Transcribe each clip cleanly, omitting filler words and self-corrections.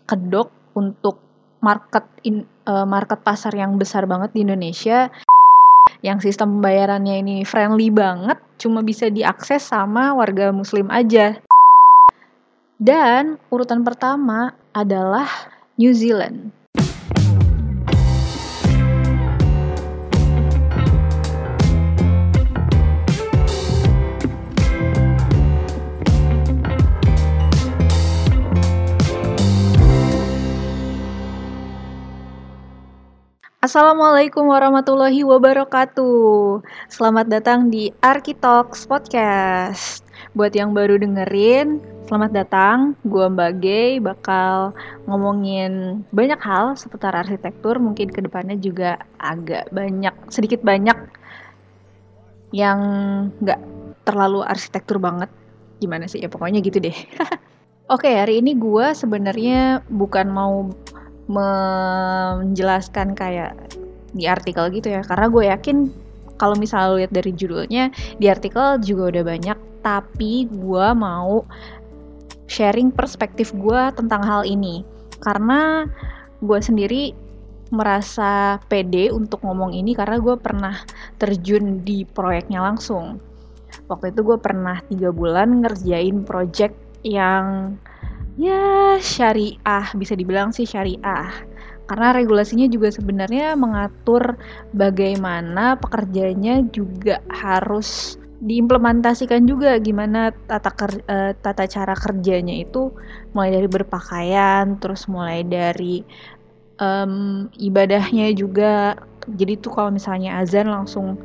kedok untuk market pasar yang besar banget di Indonesia, yang sistem pembayarannya ini friendly banget, cuma bisa diakses sama warga muslim aja. Dan urutan pertama adalah New Zealand. Assalamualaikum warahmatullahi wabarakatuh. Selamat datang di Architox Podcast. Buat yang baru dengerin, selamat datang. Gua Mbak Gay bakal ngomongin banyak hal seputar arsitektur. Mungkin kedepannya juga agak sedikit banyak yang gak terlalu arsitektur banget. Gimana sih ya, pokoknya gitu deh. Oke, hari ini gua sebenarnya bukan mau menjelaskan kayak di artikel gitu ya, karena gue yakin kalau misalnya lihat dari judulnya di artikel juga udah banyak, tapi gue mau sharing perspektif gue tentang hal ini karena gue sendiri merasa pede untuk ngomong ini karena gue pernah terjun di proyeknya langsung. Waktu itu gue pernah 3 bulan ngerjain project yang ya syariah, bisa dibilang sih syariah. Karena regulasinya juga sebenarnya mengatur bagaimana pekerjanya juga harus diimplementasikan juga, gimana tata cara kerjanya itu, mulai dari berpakaian, terus mulai dari ibadahnya juga. Jadi tuh kalau misalnya azan langsung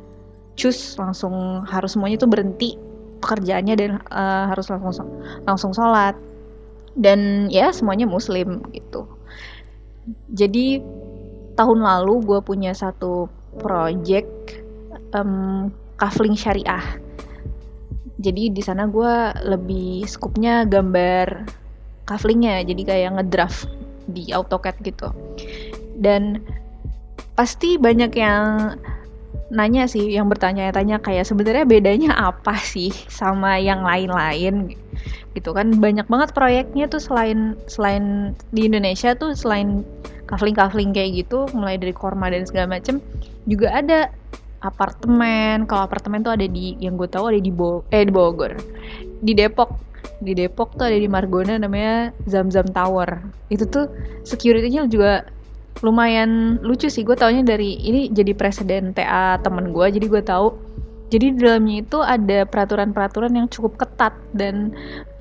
harus semuanya tuh berhenti pekerjaannya dan harus langsung sholat. Dan ya semuanya muslim gitu. Jadi tahun lalu gue punya satu project kafling syariah. Jadi di sana gue lebih skupnya gambar kaflingnya, jadi kayak ngedraft di AutoCAD gitu. Dan pasti banyak yang nanya sih, yang bertanya-tanya kayak sebenarnya bedanya apa sih sama yang lain-lain gitu kan. Banyak banget proyeknya tuh selain di Indonesia tuh, selain kafling kayak gitu, mulai dari korma dan segala macem, juga ada apartemen. Kalau apartemen tuh ada di, yang gue tahu ada di Bogor, di Depok tuh ada di Margona, namanya Zamzam Tower. Itu tuh security-nya juga lumayan lucu sih. Gue taunya dari ini, jadi presiden TA temen gue, jadi gue tahu. Jadi di dalamnya itu ada peraturan-peraturan yang cukup ketat dan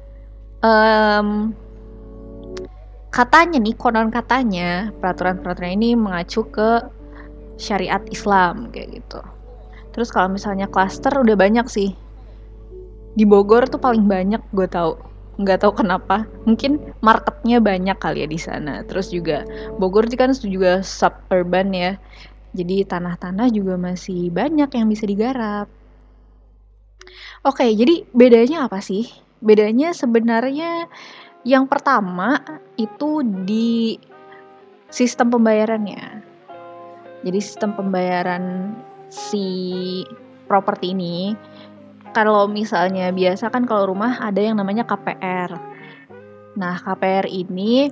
konon katanya peraturan-peraturan ini mengacu ke syariat Islam kayak gitu. Terus kalau misalnya klaster udah banyak sih. Di Bogor tuh paling banyak gue tahu. Nggak tahu kenapa, mungkin marketnya banyak kali ya di sana. Terus juga Bogor kan juga suburban ya, jadi tanah-tanah juga masih banyak yang bisa digarap. Oke, jadi bedanya apa sih? Bedanya sebenarnya yang pertama itu di sistem pembayarannya. Jadi sistem pembayaran si properti ini, kalau misalnya biasa kan kalau rumah ada yang namanya KPR. Nah, KPR ini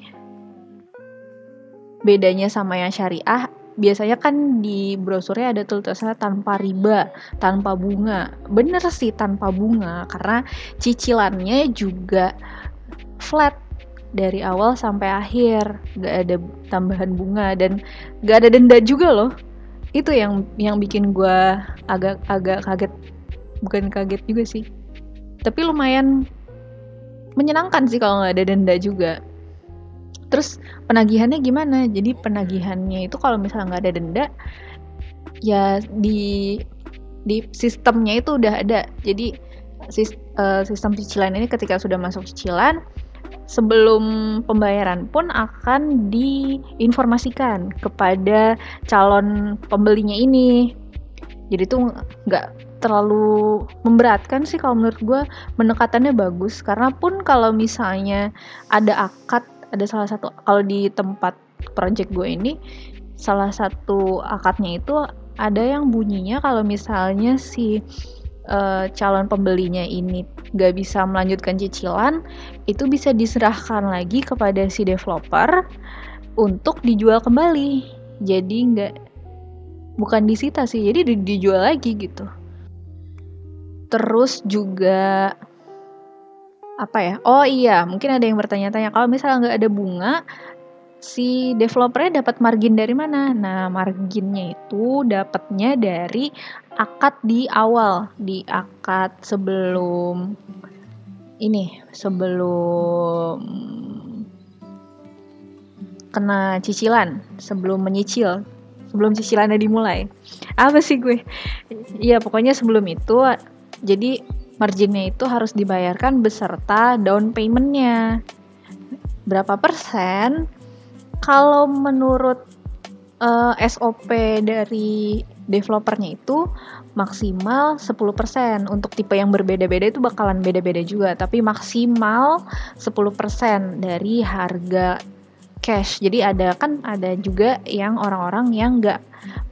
bedanya sama yang syariah, biasanya kan di brosurnya ada tulisannya tanpa riba, tanpa bunga. Bener sih tanpa bunga, karena cicilannya juga flat dari awal sampai akhir, gak ada tambahan bunga dan gak ada denda juga loh. Itu yang bikin gue agak kaget. Bukan kaget juga sih, tapi lumayan menyenangkan sih kalau nggak ada denda juga. Terus penagihannya gimana? Jadi penagihannya itu kalau misalnya nggak ada denda, ya di sistemnya itu udah ada. Jadi sistem cicilan ini ketika sudah masuk cicilan, sebelum pembayaran pun akan diinformasikan kepada calon pembelinya ini. Jadi tuh nggak terlalu memberatkan sih kalau menurut gue, pendekatannya bagus. Karena pun kalau misalnya ada akad, ada salah satu, kalau di tempat project gue ini, salah satu akadnya itu ada yang bunyinya kalau misalnya si calon pembelinya ini nggak bisa melanjutkan cicilan, itu bisa diserahkan lagi kepada si developer untuk dijual kembali. Jadi bukan disita sih, jadi dijual lagi gitu. Terus juga apa ya? Oh iya, mungkin ada yang bertanya-tanya, kalau misalnya nggak ada bunga, si developernya dapat margin dari mana? Nah, marginnya itu dapatnya dari akad di awal, di akad sebelum kena cicilan, sebelum menyicil, sebelum cicilannya dimulai. Apa sih gue? Iya, pokoknya sebelum itu, jadi marginnya itu harus dibayarkan beserta down payment-nya. Berapa persen? Kalau menurut SOP dari developernya itu maksimal 10%. Untuk tipe yang berbeda-beda itu bakalan beda-beda juga, tapi maksimal 10% dari harga cash. Jadi ada juga yang orang-orang yang nggak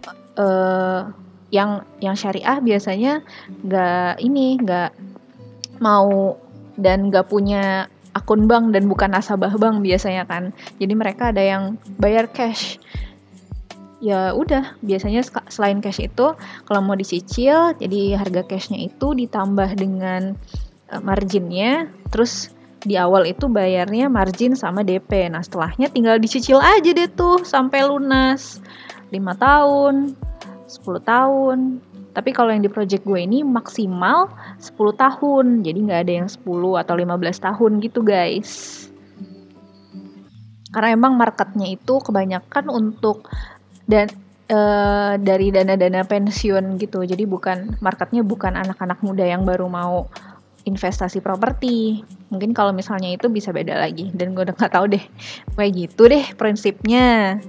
yang syariah biasanya nggak mau dan nggak punya akun bank dan bukan nasabah bank biasanya kan. Jadi mereka ada yang bayar cash. Ya udah, biasanya selain cash itu kalau mau dicicil, jadi harga cashnya itu ditambah dengan marginnya, terus di awal itu bayarnya margin sama DP. Nah setelahnya tinggal dicicil aja deh tuh sampai lunas, 5 tahun, 10 tahun. Tapi kalau yang di project gue ini maksimal 10 tahun, jadi nggak ada yang 10 atau 15 tahun gitu guys. Karena emang marketnya itu kebanyakan untuk dari dana-dana pensiun gitu. Jadi marketnya bukan anak-anak muda yang baru mau investasi properti. Mungkin kalau misalnya itu bisa beda lagi. Dan gue udah gak tahu deh. Kayak gitu deh prinsipnya.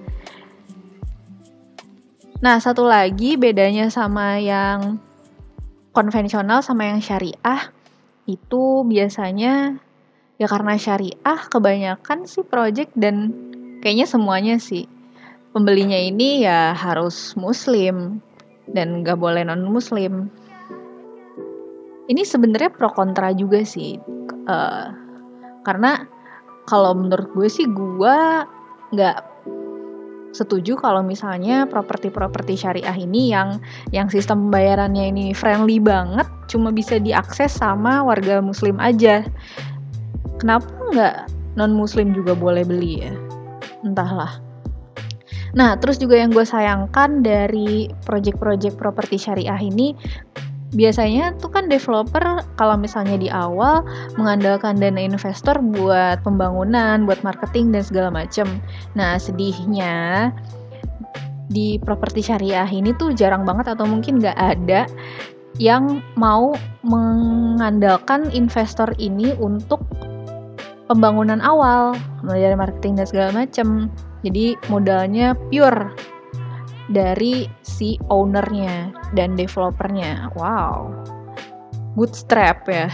Nah, satu lagi bedanya sama yang konvensional sama yang syariah, itu biasanya ya karena syariah kebanyakan sih project dan kayaknya semuanya sih. Pembelinya ini ya harus muslim dan gak boleh non-muslim. Ini sebenarnya pro kontra juga sih. Karena kalau menurut gue sih gue gak setuju kalau misalnya properti syariah ini yang sistem pembayarannya ini friendly banget, cuma bisa diakses sama warga muslim aja. Kenapa nggak non-muslim juga boleh beli ya? Entahlah. Nah, terus juga yang gue sayangkan dari project-project properti syariah ini, biasanya tuh kan developer kalau misalnya di awal mengandalkan dana investor buat pembangunan, buat marketing dan segala macem. Nah, sedihnya di properti syariah ini tuh jarang banget atau mungkin nggak ada yang mau mengandalkan investor ini untuk pembangunan awal, mulai dari marketing dan segala macem. Jadi modalnya pure dari si ownernya dan developernya. Wow, bootstrap ya.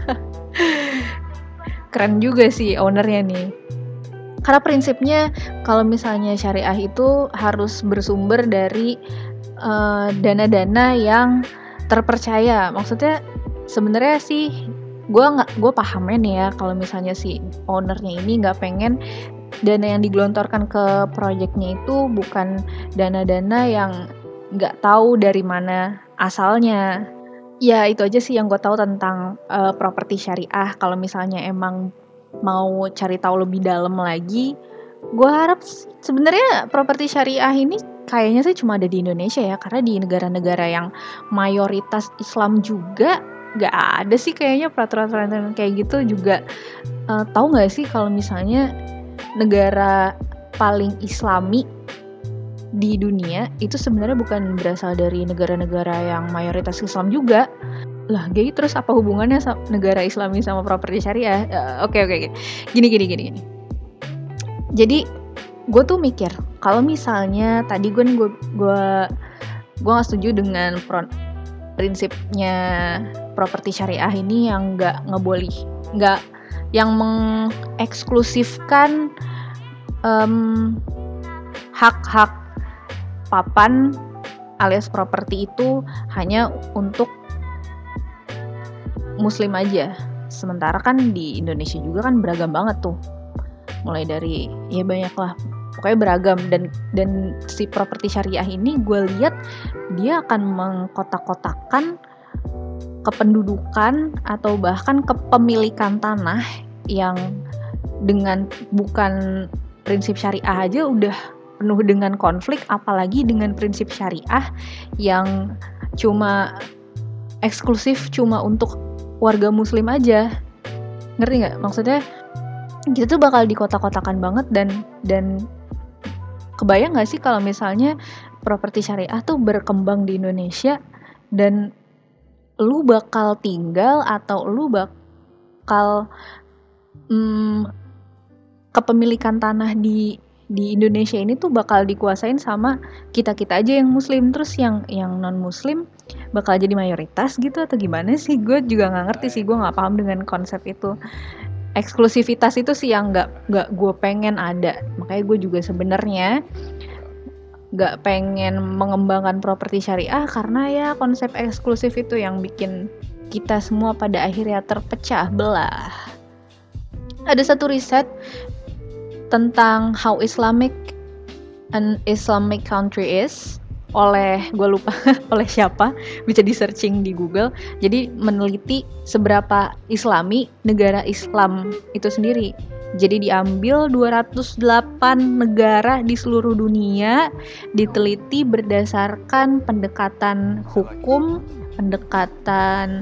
Keren juga sih ownernya nih. Karena prinsipnya kalau misalnya syariah itu harus bersumber dari dana-dana yang terpercaya. Maksudnya sebenarnya sih gue pahamin ya kalau misalnya si ownernya ini nggak pengen dana yang digelontorkan ke proyeknya itu bukan dana-dana yang nggak tahu dari mana asalnya. Ya itu aja sih yang gue tahu tentang properti syariah. Kalau misalnya emang mau cari tahu lebih dalam lagi, gue harap sebenarnya properti syariah ini kayaknya sih cuma ada di Indonesia ya, karena di negara-negara yang mayoritas Islam juga nggak ada sih kayaknya peraturan-peraturan kayak gitu juga. Tahu nggak sih kalau misalnya negara paling Islami di dunia itu sebenarnya bukan berasal dari negara-negara yang mayoritas Islam juga. Lah, jadi terus apa hubungannya negara Islami sama properti syariah? Oke. Gini. Jadi gue tuh mikir kalau misalnya tadi gue nggak setuju dengan prinsipnya properti syariah ini yang nggak yang mengeksklusifkan hak-hak papan alias properti itu hanya untuk muslim aja. Sementara kan di Indonesia juga kan beragam banget tuh. Mulai dari ya banyak lah, pokoknya beragam. Dan si properti syariah ini gue lihat dia akan mengkotak-kotakan kependudukan atau bahkan kepemilikan tanah yang dengan bukan prinsip syariah aja udah penuh dengan konflik, apalagi dengan prinsip syariah yang cuma eksklusif cuma untuk warga muslim aja. Ngerti nggak? Maksudnya gitu tuh bakal dikotak-kotakan banget. Dan kebayang nggak sih kalau misalnya properti syariah tuh berkembang di Indonesia dan lu bakal tinggal atau lu bakal kepemilikan tanah di Indonesia ini tuh bakal dikuasain sama kita-kita aja yang muslim, terus yang non muslim bakal jadi mayoritas gitu atau gimana sih? Gue juga nggak ngerti sih, gue nggak paham dengan konsep itu. Eksklusivitas itu sih yang nggak gue pengen ada. Makanya gue juga sebenarnya nggak pengen mengembangkan properti syariah karena ya konsep eksklusif itu yang bikin kita semua pada akhirnya terpecah belah. Ada satu riset tentang how Islamic an Islamic country is oleh, gue lupa oleh siapa, bisa di searching di Google. Jadi meneliti seberapa islami negara Islam itu sendiri. Jadi diambil 208 negara di seluruh dunia, diteliti berdasarkan pendekatan hukum, pendekatan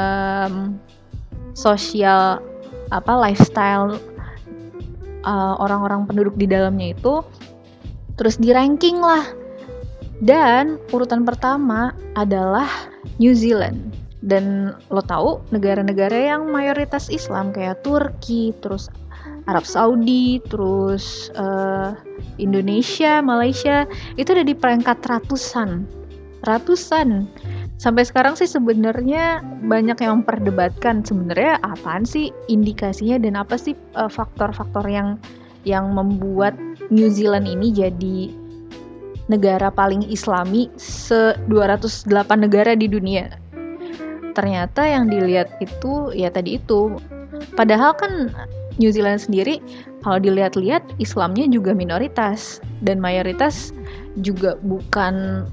sosial, lifestyle orang-orang penduduk di dalamnya itu, terus di ranking lah. Dan urutan pertama adalah New Zealand. Dan lo tahu negara-negara yang mayoritas Islam kayak Turki, terus Arab Saudi, terus Indonesia, Malaysia, itu udah di peringkat ratusan. Sampai sekarang sih sebenarnya banyak yang memperdebatkan sebenarnya apaan sih indikasinya dan apa sih faktor-faktor yang membuat New Zealand ini jadi negara paling Islami se-208 negara di dunia. Ternyata yang dilihat itu ya tadi itu. Padahal kan New Zealand sendiri kalau dilihat-lihat Islamnya juga minoritas dan mayoritas juga bukan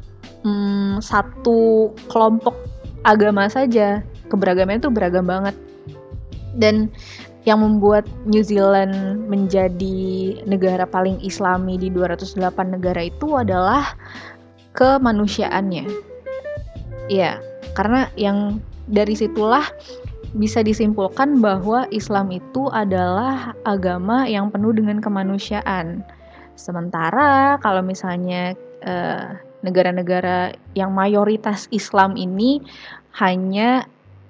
satu kelompok agama saja. Keberagamannya tuh beragam banget. Dan yang membuat New Zealand menjadi negara paling Islami di 208 negara itu adalah kemanusiaannya. Ya, karena yang dari situlah bisa disimpulkan bahwa Islam itu adalah agama yang penuh dengan kemanusiaan. Sementara kalau misalnya negara-negara yang mayoritas Islam ini hanya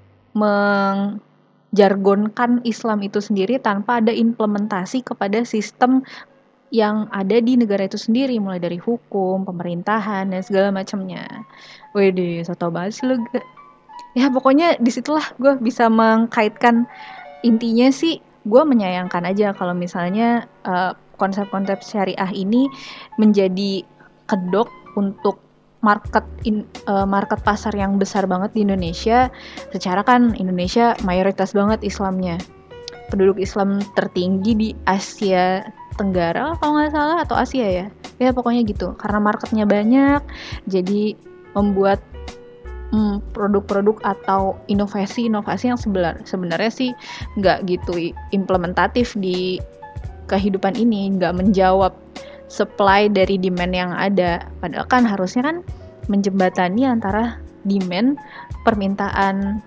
jargonkan Islam itu sendiri tanpa ada implementasi kepada sistem yang ada di negara itu sendiri, mulai dari hukum, pemerintahan, dan segala macamnya. Wede, soto banget sih lu. Ya pokoknya disitulah gue bisa mengkaitkan, intinya sih gue menyayangkan aja kalau misalnya konsep-konsep syariah ini menjadi kedok untuk market pasar yang besar banget di Indonesia. Secara kan Indonesia mayoritas banget Islamnya, penduduk Islam tertinggi di Asia Tenggara kalau nggak salah, atau Asia ya pokoknya gitu. Karena marketnya banyak, jadi membuat produk-produk atau inovasi-inovasi yang sebenarnya sih nggak gitu implementatif di kehidupan ini, nggak menjawab supply dari demand yang ada. Padahal kan harusnya kan menjembatani antara demand, permintaan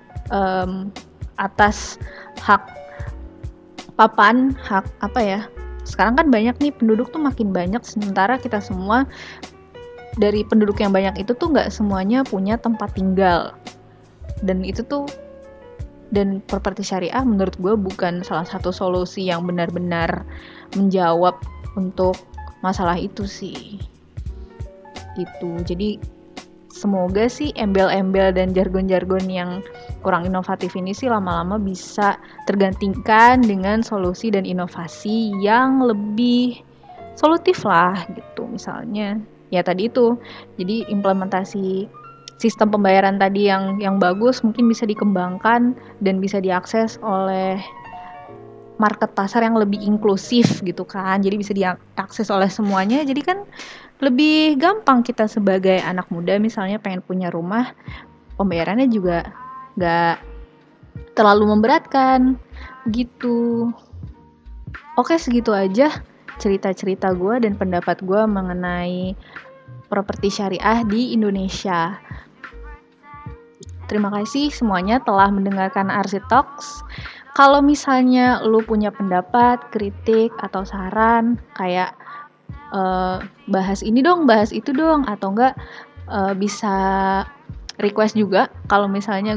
atas hak papan, hak apa ya. Sekarang kan banyak nih penduduk tuh makin banyak, sementara kita semua dari penduduk yang banyak itu tuh nggak semuanya punya tempat tinggal. Dan itu tuh, dan properti syariah menurut gue bukan salah satu solusi yang benar-benar menjawab untuk masalah itu sih. Gitu. Jadi semoga sih embel-embel dan jargon-jargon yang kurang inovatif ini sih lama-lama bisa tergantikan dengan solusi dan inovasi yang lebih solutif lah gitu. Misalnya ya tadi itu, jadi implementasi sistem pembayaran tadi yang bagus mungkin bisa dikembangkan dan bisa diakses oleh market pasar yang lebih inklusif gitu kan. Jadi bisa diakses oleh semuanya. Jadi kan lebih gampang kita sebagai anak muda misalnya pengen punya rumah, pembayarannya juga nggak terlalu memberatkan gitu. Oke, segitu aja cerita-cerita gue dan pendapat gue mengenai properti syariah di Indonesia. Terima kasih semuanya telah mendengarkan RC Talks. Kalau misalnya lu punya pendapat, kritik, atau saran kayak bahas ini dong, bahas itu dong, atau enggak bisa request juga kalau misalnya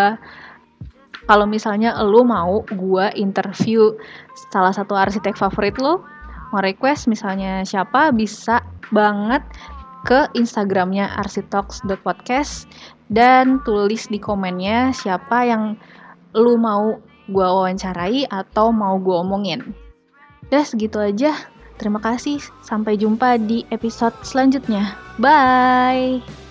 lu mau gue interview salah satu arsitek favorit lu, mau request misalnya siapa, bisa banget ke Instagramnya arsitalks.podcast dan tulis di komennya siapa yang lu mau gue wawancarai atau mau gue omongin. Udah segitu aja. Terima kasih. Sampai jumpa di episode selanjutnya. Bye!